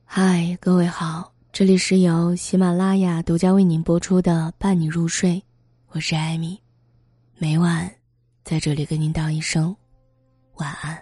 嗨，各位好，这里是由喜马拉雅独家为您播出的《伴你入睡》，我是艾米，每晚在这里跟您道一声晚安。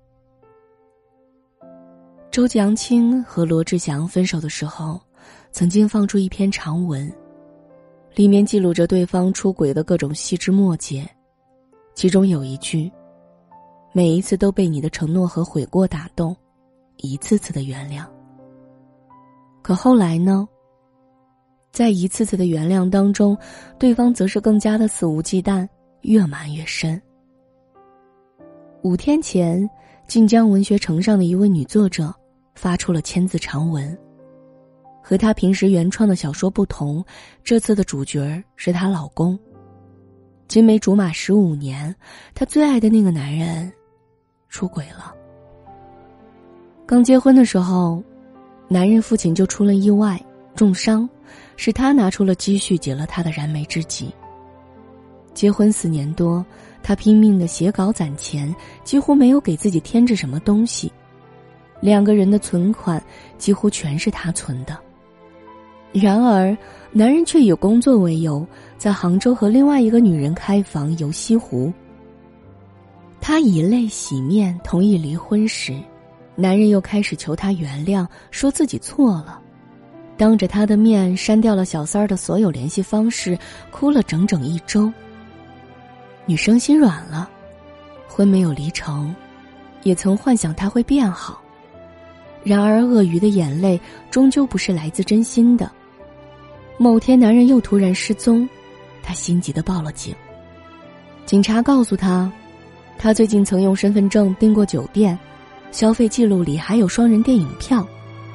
周扬青和罗志祥分手的时候，曾经放出一篇长文，里面记录着对方出轨的各种细枝末节，其中有一句：每一次都被你的承诺和悔过打动，一次次的原谅。可后来呢？在一次次的原谅当中，对方则是更加的肆无忌惮，越瞒越深。5天前，晋江文学城上的一位女作者发出了千字长文。和她平时原创的小说不同，这次的主角是她老公。青梅竹马15年，她最爱的那个男人出轨了。刚结婚的时候，男人父亲就出了意外，重伤，是他拿出了积蓄解了他的燃眉之急。结婚4年多，他拼命的写稿攒钱，几乎没有给自己添置什么东西。2个人的存款几乎全是他存的。然而，男人却以工作为由，在杭州和另外一个女人开房游西湖。他以泪洗面，同意离婚时，男人又开始求她原谅，说自己错了，当着她的面删掉了小三儿的所有联系方式，哭了整整1周。女生心软了，婚没有离成，也曾幻想他会变好。然而鳄鱼的眼泪终究不是来自真心的。某天男人又突然失踪，她心急地报了警。警察告诉她，他最近曾用身份证订过酒店，消费记录里还有双人电影票。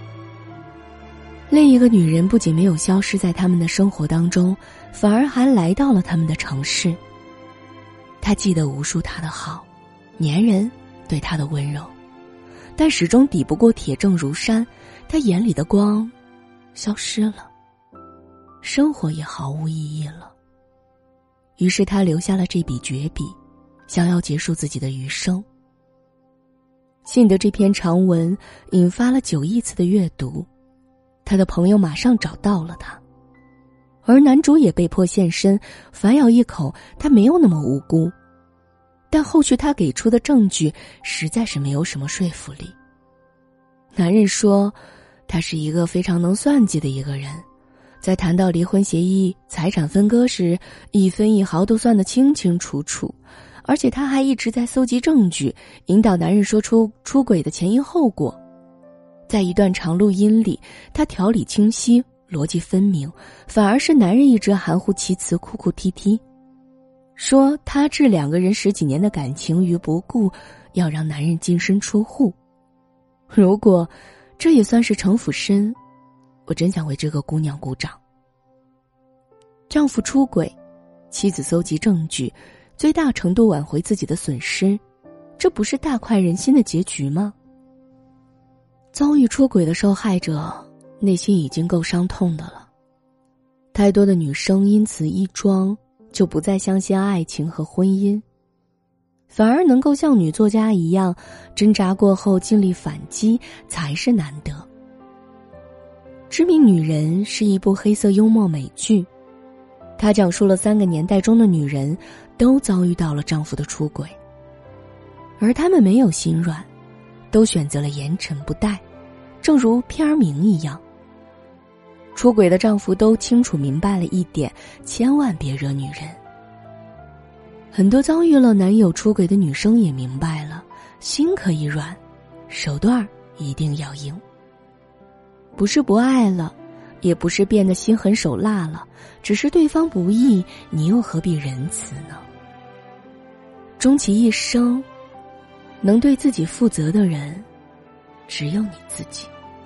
另一个女人不仅没有消失在他们的生活当中，反而还来到了他们的城市。她记得无数他的好，粘人，对他的温柔，但始终抵不过铁证如山，他眼里的光消失了，生活也毫无意义了。于是他留下了这笔绝笔，想要结束自己的余生。信的这篇长文引发了9亿次的阅读，他的朋友马上找到了他，而男主也被迫现身，反咬一口他没有那么无辜。但后续他给出的证据实在是没有什么说服力。男人说，他是一个非常能算计的一个人，在谈到离婚协议、财产分割时，1分1毫都算得清清楚楚，而且他还一直在搜集证据，引导男人说出出轨的前因后果。在一段长录音里，他条理清晰，逻辑分明，反而是男人一直含糊其辞，哭哭啼啼，说他置2个人10几年的感情于不顾，要让男人净身出户。如果这也算是城府深，我真想为这个姑娘鼓掌。丈夫出轨，妻子搜集证据，最大程度挽回自己的损失，这不是大快人心的结局吗？遭遇出轨的受害者内心已经够伤痛的了，太多的女生因此一桩就不再相信爱情和婚姻，反而能够像女作家一样挣扎过后尽力反击，才是难得。知名女人是一部黑色幽默美剧，它讲述了3个年代中的女人都遭遇到了丈夫的出轨，而她们没有心软，都选择了严惩不贷，正如片名一样。出轨的丈夫都清楚明白了一点，千万别惹女人。很多遭遇了男友出轨的女生也明白了，心可以软，手段一定要硬。不是不爱了，也不是变得心狠手辣了，只是对方不义，你又何必仁慈呢？终其一生，能对自己负责的人，只有你自己。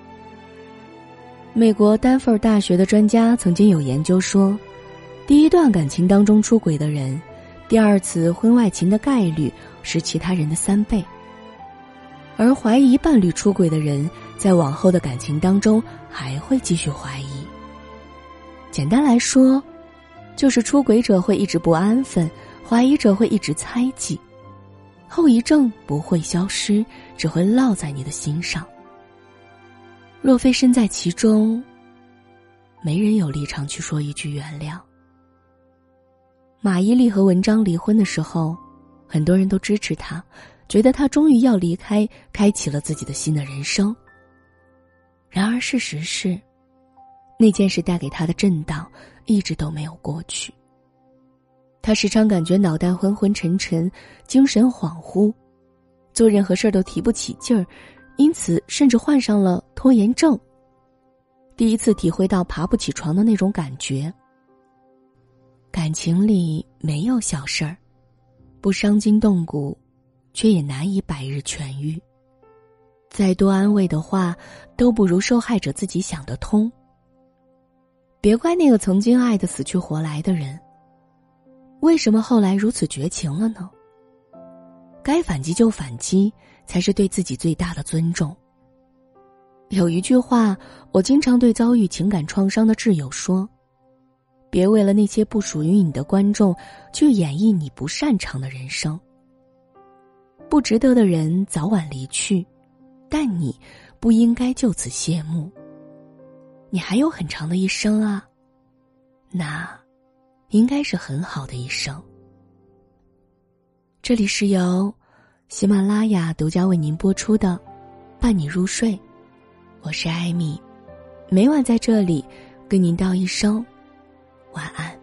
美国丹佛大学的专家曾经有研究说，第一段感情当中出轨的人，第2次婚外情的概率是其他人的3倍。而怀疑伴侣出轨的人，在往后的感情当中还会继续怀疑。简单来说，就是出轨者会一直不安分，怀疑者会一直猜忌，后遗症不会消失，只会烙在你的心上。 若非身在其中，没人有立场去说一句原谅。马伊琍和文章离婚的时候，很多人都支持他，觉得他终于要离开，开启了自己的新的人生。然而事实是，那件事带给他的震荡一直都没有过去。他时常感觉脑袋昏昏沉沉，精神恍惚，做任何事都提不起劲儿，因此甚至患上了拖延症。第一次体会到爬不起床的那种感觉。感情里没有小事儿，不伤筋动骨，却也难以百日痊愈。再多安慰的话，都不如受害者自己想得通。别怪那个曾经爱得死去活来的人，为什么后来如此绝情了呢？该反击就反击，才是对自己最大的尊重。有一句话，我经常对遭遇情感创伤的挚友说：别为了那些不属于你的观众，去演绎你不擅长的人生。不值得的人早晚离去，但你不应该就此谢幕。你还有很长的一生啊，那应该是很好的一生。这里是由喜马拉雅独家为您播出的伴你入睡，我是艾米，每晚在这里跟您道一声晚安。